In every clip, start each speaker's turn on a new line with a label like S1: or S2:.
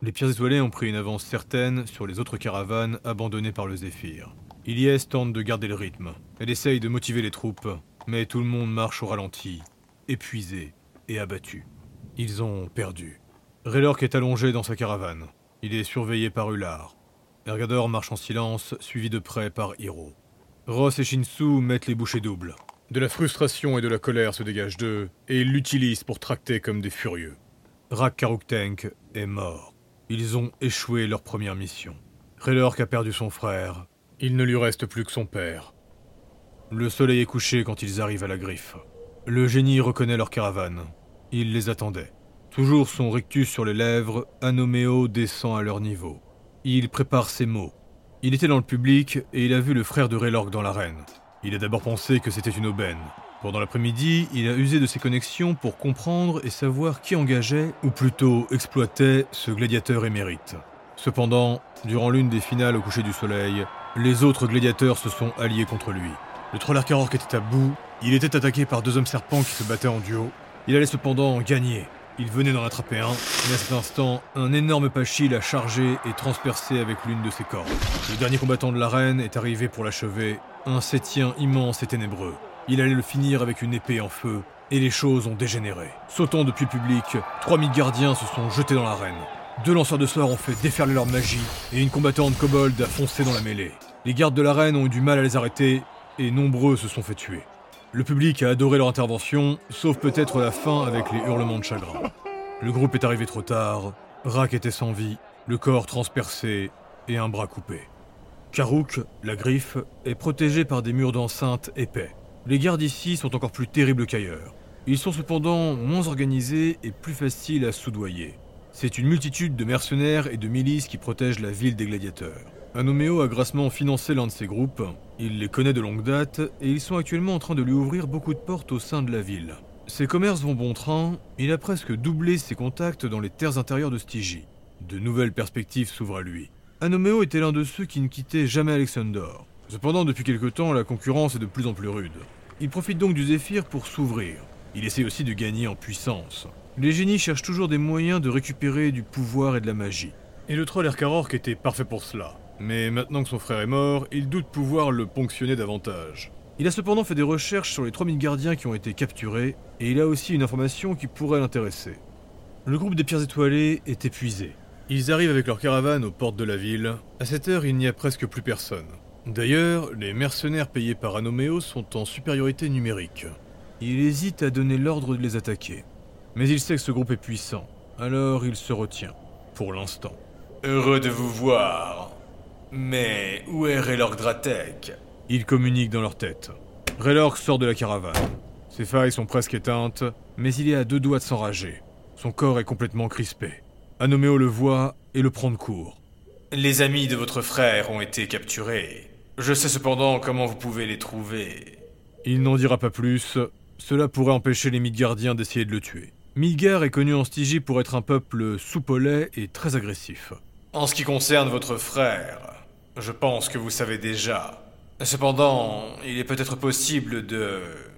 S1: Les Pierres Étoilées ont pris une avance certaine sur les autres caravanes abandonnées par le Zéphyr. Ilyes tente de garder le rythme. Elle essaye de motiver les troupes, mais tout le monde marche au ralenti, épuisé et abattu. Ils ont perdu. Raylork est allongé dans sa caravane. Il est surveillé par Ular. Ergador marche en silence, suivi de près par Hiro. Ross et Shinsu mettent les bouchées doubles. De la frustration et de la colère se dégagent d'eux, et ils l'utilisent pour tracter comme des furieux. Rak Karuktenk est mort. Ils ont échoué leur première mission. Raylork a perdu son frère. Il ne lui reste plus que son père. Le soleil est couché quand ils arrivent à la griffe. Le génie reconnaît leur caravane. Il les attendait. Toujours son rictus sur les lèvres, Anoméo descend à leur niveau. Il prépare ses mots. Il était dans le public et il a vu le frère de Raylork dans l'arène. Il a d'abord pensé que c'était une aubaine. Pendant l'après-midi, il a usé de ses connexions pour comprendre et savoir qui engageait, ou plutôt exploitait, ce gladiateur émérite. Cependant, durant l'une des finales au coucher du soleil, les autres gladiateurs se sont alliés contre lui. Le troll Arkarork était à bout, il était attaqué par 2 hommes serpents qui se battaient en duo. Il allait cependant gagner. Il venait d'en attraper un, mais à cet instant, un énorme Pachi l'a chargé et transpercé avec l'une de ses cordes. Le dernier combattant de l'arène est arrivé pour l'achever, un Sétien immense et ténébreux. Il allait le finir avec une épée en feu, et les choses ont dégénéré. Sautant depuis le public, 3000 gardiens se sont jetés dans l'arène. 2 lanceurs de sorts ont fait déferler leur magie, et une combattante kobold a foncé dans la mêlée. Les gardes de l'arène ont eu du mal à les arrêter, et nombreux se sont fait tuer. Le public a adoré leur intervention, sauf peut-être la fin avec les hurlements de chagrin. Le groupe est arrivé trop tard, Rak était sans vie, le corps transpercé et un bras coupé. Karuk, la griffe, est protégée par des murs d'enceinte épais. Les gardes ici sont encore plus terribles qu'ailleurs. Ils sont cependant moins organisés et plus faciles à soudoyer. C'est une multitude de mercenaires et de milices qui protègent la ville des gladiateurs. Anoméo a grassement financé l'un de ces groupes, il les connaît de longue date et ils sont actuellement en train de lui ouvrir beaucoup de portes au sein de la ville. Ses commerces vont bon train, il a presque doublé ses contacts dans les terres intérieures de Stygie. De nouvelles perspectives s'ouvrent à lui. Anoméo était l'un de ceux qui ne quittaient jamais Alexandor. Cependant, depuis quelque temps, la concurrence est de plus en plus rude. Il profite donc du Zéphyr pour s'ouvrir. Il essaie aussi de gagner en puissance. Les génies cherchent toujours des moyens de récupérer du pouvoir et de la magie. Et le troll Erkarork était parfait pour cela. Mais maintenant que son frère est mort, il doute pouvoir le ponctionner davantage. Il a cependant fait des recherches sur les 3000 gardiens qui ont été capturés, et il a aussi une information qui pourrait l'intéresser. Le groupe des Pierres Étoilées est épuisé. Ils arrivent avec leur caravane aux portes de la ville. À cette heure, il n'y a presque plus personne. D'ailleurs, les mercenaires payés par Anoméo sont en supériorité numérique. Il hésite à donner l'ordre de les attaquer. Mais il sait que ce groupe est puissant, alors il se retient, pour l'instant.
S2: Heureux de vous voir. Mais où est Raylork Dratek ?
S1: Ils communiquent dans leur tête. Raylork sort de la caravane. Ses failles sont presque éteintes, mais il est à 2 doigts de s'enrager. Son corps est complètement crispé. Anoméo le voit et le prend de court.
S2: Les amis de votre frère ont été capturés. Je sais cependant comment vous pouvez les trouver.
S1: Il n'en dira pas plus. Cela pourrait empêcher les Midgardiens d'essayer de le tuer. Midgard est connu en Stygie pour être un peuple soupolais et très agressif.
S2: En ce qui concerne votre frère, je pense que vous savez déjà. Cependant, il est peut-être possible de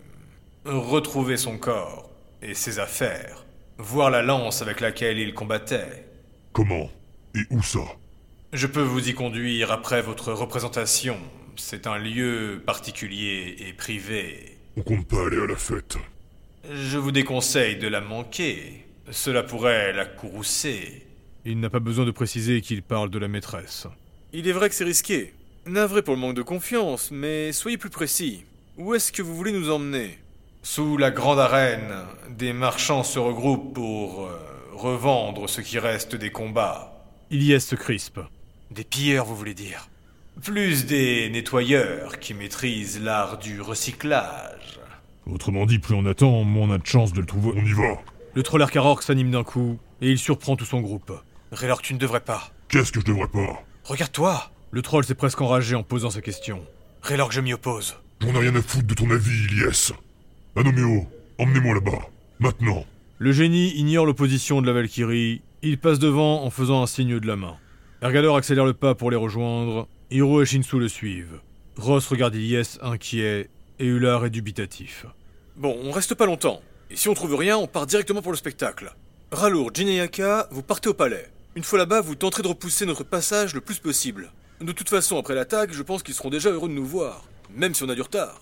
S2: retrouver son corps et ses affaires, voir la lance avec laquelle il combattait.
S3: Comment? Et où ça?
S2: Je peux vous y conduire après votre représentation. C'est un lieu particulier et privé.
S3: On compte pas aller à la fête.
S2: Je vous déconseille de la manquer. Cela pourrait la courroucer.
S1: Il n'a pas besoin de préciser qu'il parle de la maîtresse.
S2: Il est vrai que c'est risqué. Navré pour le manque de confiance, mais soyez plus précis. Où est-ce que vous voulez nous emmener? Sous la grande arène, des marchands se regroupent pour revendre ce qui reste des combats.
S1: Ilyes se crispe.
S2: Des pilleurs, vous voulez dire? Plus des nettoyeurs qui maîtrisent l'art du recyclage.
S3: Autrement dit, plus on attend, moins on a de chance de le trouver. On y va.
S1: Le troll Erkarork s'anime d'un coup, et il surprend tout son groupe.
S2: Raylork, tu ne devrais pas.
S3: Qu'est-ce que je devrais pas?
S2: Regarde-toi!
S1: Le troll s'est presque enragé en posant sa question.
S2: Raylork, je m'y oppose.
S3: J'en ai rien à foutre de ton avis, Ilyes. Anoméo, emmenez-moi là-bas. Maintenant.
S1: Le génie ignore l'opposition de la Valkyrie. Il passe devant en faisant un signe de la main. Ergador accélère le pas pour les rejoindre. Hiro et Shinsu le suivent. Ross regarde Ilyes inquiet et Ular est dubitatif.
S2: Bon, on reste pas longtemps. Et si on trouve rien, on part directement pour le spectacle. Ralour, Jin et Yaka, vous partez au palais.
S4: Une fois là-bas, vous tenterez de repousser notre passage le plus possible. De toute façon, après l'attaque, je pense qu'ils seront déjà heureux de nous voir, même si on a du retard.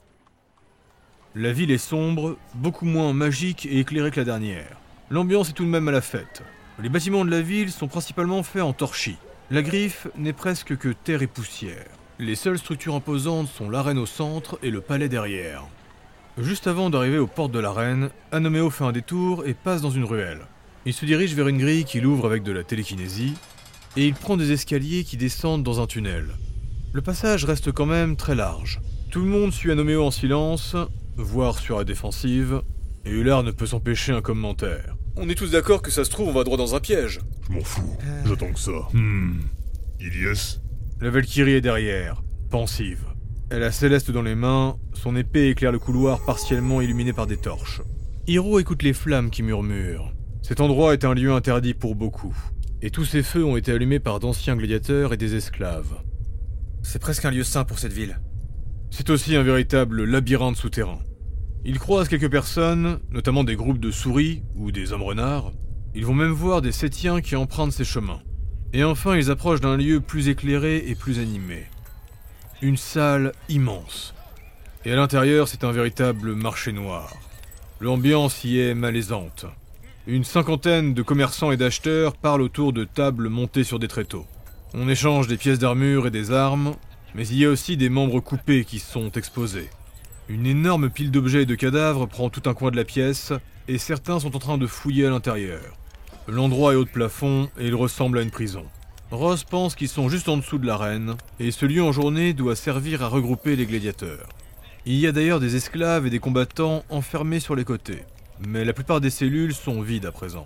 S1: La ville est sombre, beaucoup moins magique et éclairée que la dernière. L'ambiance est tout de même à la fête. Les bâtiments de la ville sont principalement faits en torchis. La griffe n'est presque que terre et poussière. Les seules structures imposantes sont l'arène au centre et le palais derrière. Juste avant d'arriver aux portes de l'arène, Anoméo fait un détour et passe dans une ruelle. Il se dirige vers une grille qui l'ouvre avec de la télékinésie, et il prend des escaliers qui descendent dans un tunnel. Le passage reste quand même très large. Tout le monde suit Anoméo en silence, voire sur la défensive, et Ular ne peut s'empêcher un commentaire.
S4: On est tous d'accord que ça se trouve, on va droit dans un piège.
S3: Je m'en fous, j'attends que ça. Ilyes?
S1: La Valkyrie est derrière, pensive. Elle a Céleste dans les mains, son épée éclaire le couloir partiellement illuminé par des torches. Hiro écoute les flammes qui murmurent. Cet endroit est un lieu interdit pour beaucoup, et tous ces feux ont été allumés par d'anciens gladiateurs et des esclaves.
S5: C'est presque un lieu saint pour cette ville.
S1: C'est aussi un véritable labyrinthe souterrain. Ils croisent quelques personnes, notamment des groupes de souris ou des hommes renards. Ils vont même voir des Sétiens qui empruntent ces chemins. Et enfin, ils approchent d'un lieu plus éclairé et plus animé. Une salle immense. Et à l'intérieur, c'est un véritable marché noir. L'ambiance y est malaisante. Une cinquantaine de commerçants et d'acheteurs parlent autour de tables montées sur des tréteaux. On échange des pièces d'armure et des armes, mais il y a aussi des membres coupés qui sont exposés. Une énorme pile d'objets et de cadavres prend tout un coin de la pièce, et certains sont en train de fouiller à l'intérieur. L'endroit est haut de plafond, et il ressemble à une prison. Ross pense qu'ils sont juste en dessous de l'arène, et ce lieu en journée doit servir à regrouper les gladiateurs. Il y a d'ailleurs des esclaves et des combattants enfermés sur les côtés, mais la plupart des cellules sont vides à présent.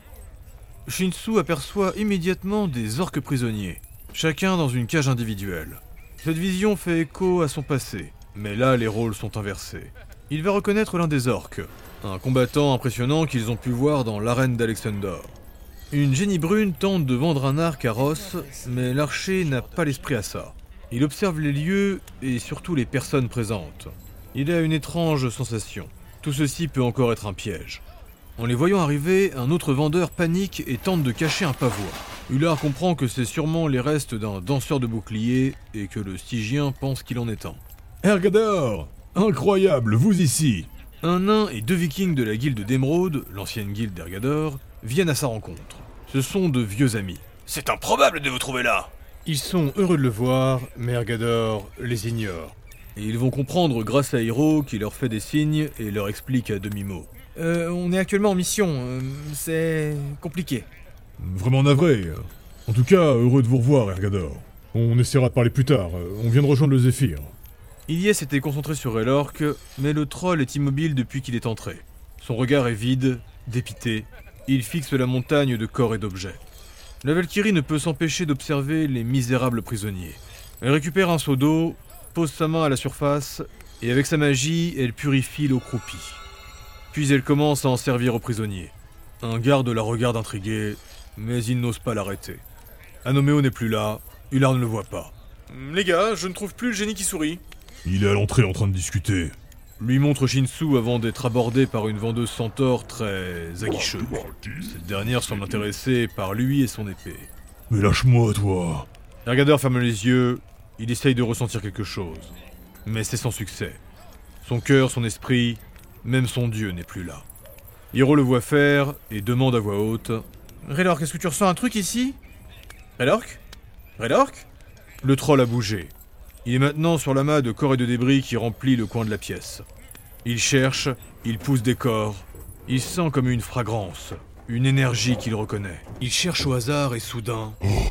S1: Shinsu aperçoit immédiatement des orques prisonniers, chacun dans une cage individuelle. Cette vision fait écho à son passé, mais là les rôles sont inversés. Il va reconnaître l'un des orques, un combattant impressionnant qu'ils ont pu voir dans l'arène d'Alexandor. Une génie brune tente de vendre un arc à Ross, mais l'archer n'a pas l'esprit à ça. Il observe les lieux et surtout les personnes présentes. Il a une étrange sensation. Tout ceci peut encore être un piège. En les voyant arriver, un autre vendeur panique et tente de cacher un pavois. Ular comprend que c'est sûrement les restes d'un danseur de bouclier et que le Stygien pense qu'il en est un.
S3: Ergador! Incroyable, vous ici!
S1: Un nain et deux vikings de la guilde d'Émeraude, l'ancienne guilde d'Ergador, viennent à sa rencontre. Ce sont de vieux amis.
S4: C'est improbable de vous trouver là.
S1: Ils sont heureux de le voir, mais Ergador les ignore. Et ils vont comprendre grâce à Hiro qui leur fait des signes et leur explique à demi-mot.
S5: On est actuellement en mission, c'est compliqué.
S3: Vraiment navré. En tout cas, heureux de vous revoir, Ergador. On essaiera de parler plus tard, on vient de rejoindre le Zéphyr.
S1: Ilyes était concentré sur Elorc, mais le troll est immobile depuis qu'il est entré. Son regard est vide, dépité, il fixe la montagne de corps et d'objets. La Valkyrie ne peut s'empêcher d'observer les misérables prisonniers. Elle récupère un seau d'eau, pose sa main à la surface, et avec sa magie, elle purifie l'eau croupie. Puis elle commence à en servir aux prisonniers. Un garde la regarde intrigué, mais il n'ose pas l'arrêter. Anoméo n'est plus là, Ular ne le voit pas.
S4: Les gars, je ne trouve plus le génie qui sourit.
S3: Il est à l'entrée en train de discuter.
S1: Lui montre Shinsu avant d'être abordé par une vendeuse centaure très aguicheuse. Cette dernière semble intéressée par lui et son épée.
S3: Mais lâche-moi, toi.
S1: Ergador ferme les yeux, il essaye de ressentir quelque chose. Mais c'est sans succès. Son cœur, son esprit, même son dieu n'est plus là. Hiro le voit faire et demande à voix haute.
S5: Raylorc, est-ce que tu ressens un truc ici?
S4: Raylorc? Raylorc?
S1: Le troll a bougé. Il est maintenant sur l'amas de corps et de débris qui remplit le coin de la pièce. Il cherche, il pousse des corps. Il sent comme une fragrance, une énergie qu'il reconnaît. Il cherche au hasard et soudain...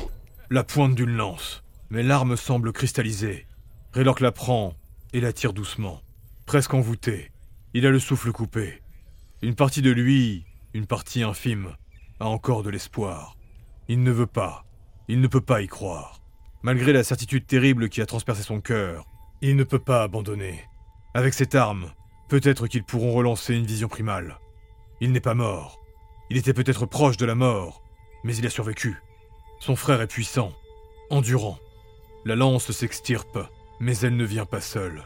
S1: la pointe d'une lance. Mais l'arme semble cristallisée. Raylorc la prend et la tire doucement, presque envoûté. Il a le souffle coupé. Une partie de lui, une partie infime, a encore de l'espoir. Il ne veut pas, il ne peut pas y croire. Malgré la certitude terrible qui a transpercé son cœur, il ne peut pas abandonner. Avec cette arme, peut-être qu'ils pourront relancer une vision primale. Il n'est pas mort. Il était peut-être proche de la mort, mais il a survécu. Son frère est puissant, endurant. La lance s'extirpe, mais elle ne vient pas seule.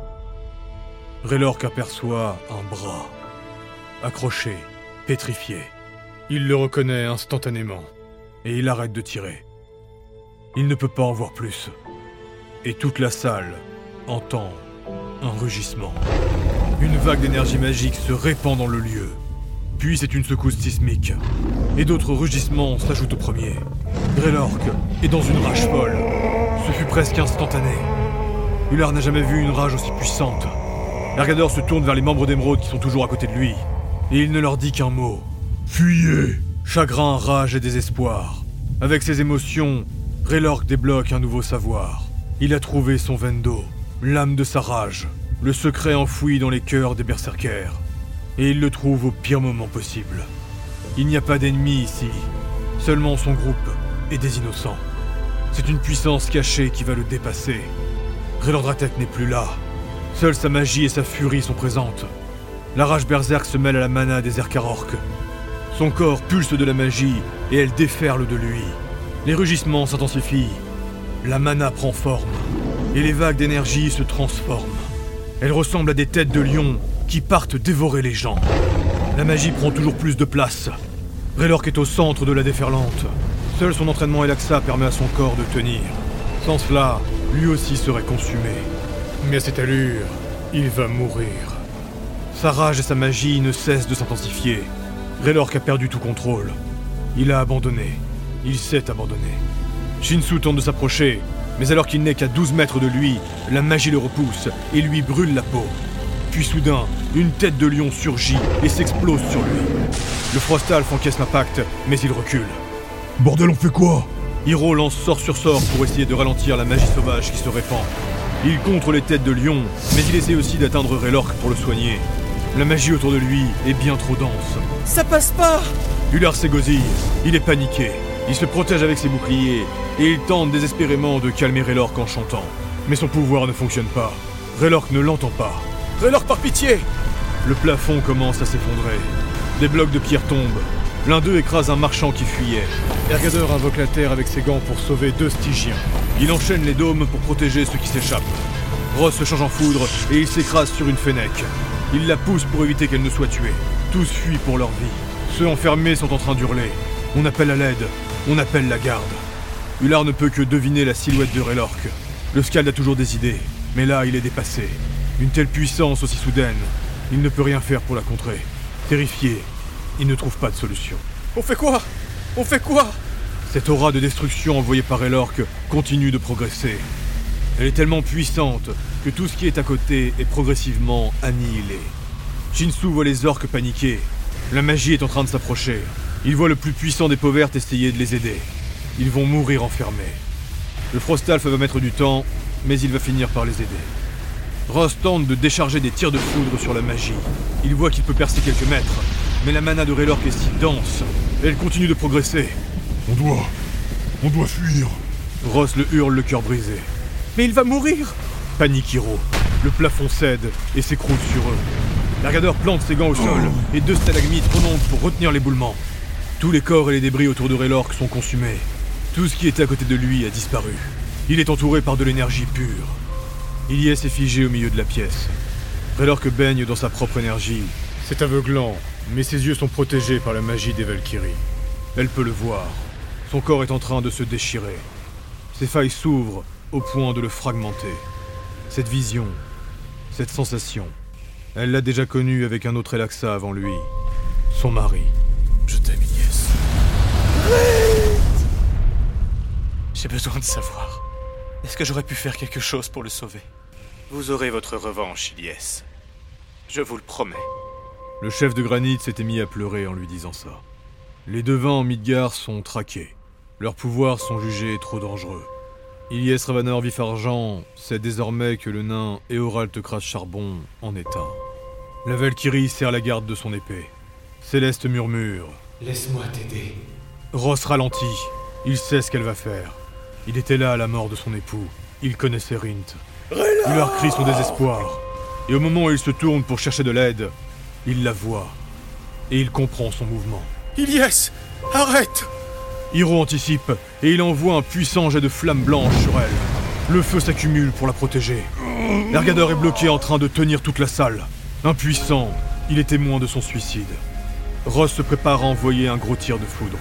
S1: Raylorc aperçoit un bras, accroché, pétrifié. Il le reconnaît instantanément. et il arrête de tirer. Il ne peut pas en voir plus. Et toute la salle entend un rugissement. Une vague d'énergie magique se répand dans le lieu. Puis c'est une secousse sismique. Et d'autres rugissements s'ajoutent au premier. Greylock est dans une rage folle. Ce fut presque instantané. Ullard n'a jamais vu une rage aussi puissante. Ergador se tourne vers les membres d'Émeraude qui sont toujours à côté de lui. Et il ne leur dit qu'un mot.
S3: Fuyez!
S1: Chagrin, rage et désespoir. Avec ses émotions, Greylock débloque un nouveau savoir. Il a trouvé son Vendo, l'âme de sa rage, le secret enfoui dans les cœurs des berserkers. Et il le trouve au pire moment possible. Il n'y a pas d'ennemis ici, seulement son groupe et des innocents. C'est une puissance cachée qui va le dépasser. Relandratek n'est plus là. Seule sa magie et sa furie sont présentes. La rage berserk se mêle à la mana des Erkarork. Son corps pulse de la magie et elle déferle de lui. Les rugissements s'intensifient. La mana prend forme et les vagues d'énergie se transforment. Elles ressemblent à des têtes de lion qui partent dévorer les gens. La magie prend toujours plus de place. Greylock est au centre de la déferlante. Seul son entraînement Elaxa permet à son corps de tenir. Sans cela, lui aussi serait consumé. Mais à cette allure, il va mourir. Sa rage et sa magie ne cessent de s'intensifier. Greylock a perdu tout contrôle. Il a abandonné. Il s'est abandonné. Shinsu tente de s'approcher, mais alors qu'il n'est qu'à 12 mètres de lui, la magie le repousse et lui brûle la peau. Puis soudain, une tête de lion surgit et s'explose sur lui. Le Frostalf encaisse l'impact, mais il recule.
S3: Bordel, on fait quoi?
S1: Hiro lance sort sur sort pour essayer de ralentir la magie sauvage qui se répand. Il contre les têtes de lion, mais il essaie aussi d'atteindre Greylock pour le soigner. La magie autour de lui est bien trop dense.
S5: Ça passe pas!
S1: Ullard s'égosille, il est paniqué. Il se protège avec ses boucliers, et il tente désespérément de calmer Greylock en chantant. Mais son pouvoir ne fonctionne pas. Greylock ne l'entend pas.
S4: Greylock, par pitié!
S1: Le plafond commence à s'effondrer. Des blocs de pierre tombent. L'un d'eux écrase un marchand qui fuyait. Ergador invoque la terre avec ses gants pour sauver 2 Stygiens. Il enchaîne les dômes pour protéger ceux qui s'échappent. Ross se change en foudre et il s'écrase sur une fennec. Il la pousse pour éviter qu'elle ne soit tuée. Tous fuient pour leur vie. Ceux enfermés sont en train d'hurler. On appelle à l'aide. On appelle la garde. Ullard ne peut que deviner la silhouette de Greylock. Le Skald a toujours des idées, mais là il est dépassé. Une telle puissance aussi soudaine, il ne peut rien faire pour la contrer. Terrifié, il ne trouve pas de solution.
S4: On fait quoi? On fait quoi?
S1: Cette aura de destruction envoyée par Greylock continue de progresser. Elle est tellement puissante que tout ce qui est à côté est progressivement annihilé. Shinsu voit les orques paniquer. La magie est en train de s'approcher. Il voit le plus puissant des peaux vertes essayer de les aider. Ils vont mourir enfermés. Le Frostalf va mettre du temps, mais il va finir par les aider. Ross tente de décharger des tirs de foudre sur la magie. Il voit qu'il peut percer quelques mètres, mais la mana de Greylock est si dense. Elle continue de progresser.
S3: On doit fuir.
S1: Ross le hurle, le cœur brisé.
S5: Mais il va mourir!
S1: Panique Hiro. Le plafond cède et s'écroule sur eux. L'Ergador plante ses gants au sol et 2 stalagmites remontent pour retenir l'éboulement. Tous les corps et les débris autour de Greylock sont consumés. Tout ce qui était à côté de lui a disparu. Il est entouré par de l'énergie pure. Ilyes est figé au milieu de la pièce. Greylock baigne dans sa propre énergie. C'est aveuglant, mais ses yeux sont protégés par la magie des Valkyries. Elle peut le voir. Son corps est en train de se déchirer. Ses failles s'ouvrent au point de le fragmenter. Cette vision, cette sensation, elle l'a déjà connue avec un autre Elaxa avant lui. Son mari.
S4: Je t'aime, Ilyes.
S2: J'ai besoin de savoir. Est-ce que j'aurais pu faire quelque chose pour le sauver? Vous aurez votre revanche, Ilyes. Je vous le promets.
S1: Le chef de granit s'était mis à pleurer en lui disant ça. Les devins en Midgard sont traqués. Leurs pouvoirs sont jugés trop dangereux. Ilyes Ravanor Vif-Argent sait désormais que le nain Eoralt Crash Charbon en est un. La Valkyrie serre la garde de son épée. Céleste murmure.
S6: Laisse-moi t'aider.
S1: Ross ralentit. Il sait ce qu'elle va faire. Il était là à la mort de son époux. Il connaissait Rint. Ullard crie son désespoir. Et au moment où il se tourne pour chercher de l'aide, il la voit. Et il comprend son mouvement.
S4: Ilyes, arrête!
S1: Hiro anticipe et il envoie un puissant jet de flamme blanche sur elle. Le feu s'accumule pour la protéger. Ergador est bloqué en train de tenir toute la salle. Impuissant, il est témoin de son suicide. Ross se prépare à envoyer un gros tir de foudre.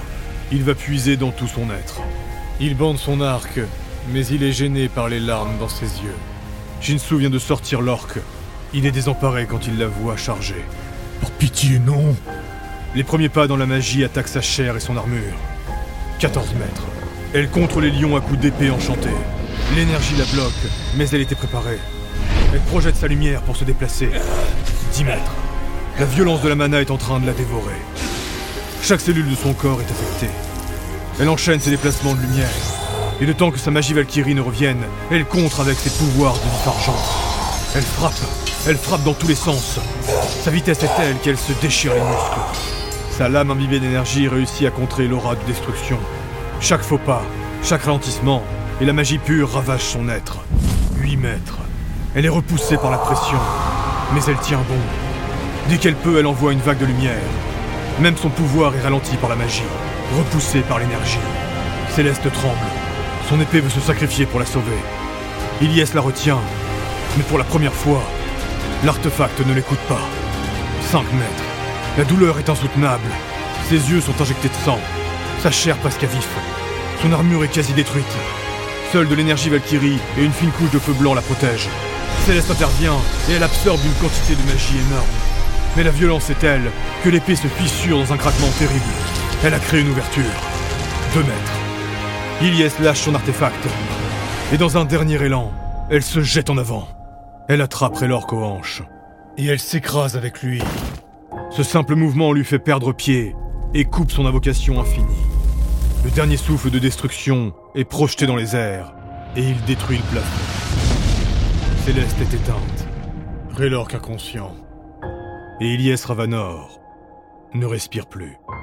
S1: Il va puiser dans tout son être. Il bande son arc, mais il est gêné par les larmes dans ses yeux. Shinsu vient de sortir l'orque. Il est désemparé quand il la voit charger.
S3: Par pitié, non.
S1: Les premiers pas dans la magie attaquent sa chair et son armure. 14 mètres. Elle contre les lions à coups d'épée enchantée. L'énergie la bloque, mais elle était préparée. Elle projette sa lumière pour se déplacer. 10 mètres. La violence de la mana est en train de la dévorer. Chaque cellule de son corps est affectée. Elle enchaîne ses déplacements de lumière. Et le temps que sa magie Valkyrie ne revienne, elle contre avec ses pouvoirs de vif argent. Elle frappe dans tous les sens. Sa vitesse est telle qu'elle se déchire les muscles. Sa lame imbibée d'énergie réussit à contrer l'aura de destruction. Chaque faux pas, chaque ralentissement, et la magie pure ravage son être. 8 mètres. Elle est repoussée par la pression, mais elle tient bon. Dès qu'elle peut, elle envoie une vague de lumière. Même son pouvoir est ralenti par la magie, repoussé par l'énergie. Céleste tremble. Son épée veut se sacrifier pour la sauver. Ilyes la retient, mais pour la première fois, l'artefact ne l'écoute pas. 5 mètres. La douleur est insoutenable. Ses yeux sont injectés de sang. Sa chair presque à vif. Son armure est quasi détruite. Seule de l'énergie Valkyrie et une fine couche de feu blanc la protègent. Céleste intervient et elle absorbe une quantité de magie énorme. Mais la violence est telle que l'épée se fissure dans un craquement terrible. Elle a créé une ouverture. 2 mètres. Ilyes lâche son artefact. Et dans un dernier élan, elle se jette en avant. Elle attrape Raylork aux hanches. Et elle s'écrase avec lui. Ce simple mouvement lui fait perdre pied et coupe son invocation infinie. Le dernier souffle de destruction est projeté dans les airs et il détruit le plafond. Céleste est éteinte. Raylork inconscient. Et Ilyes Ravanor ne respire plus.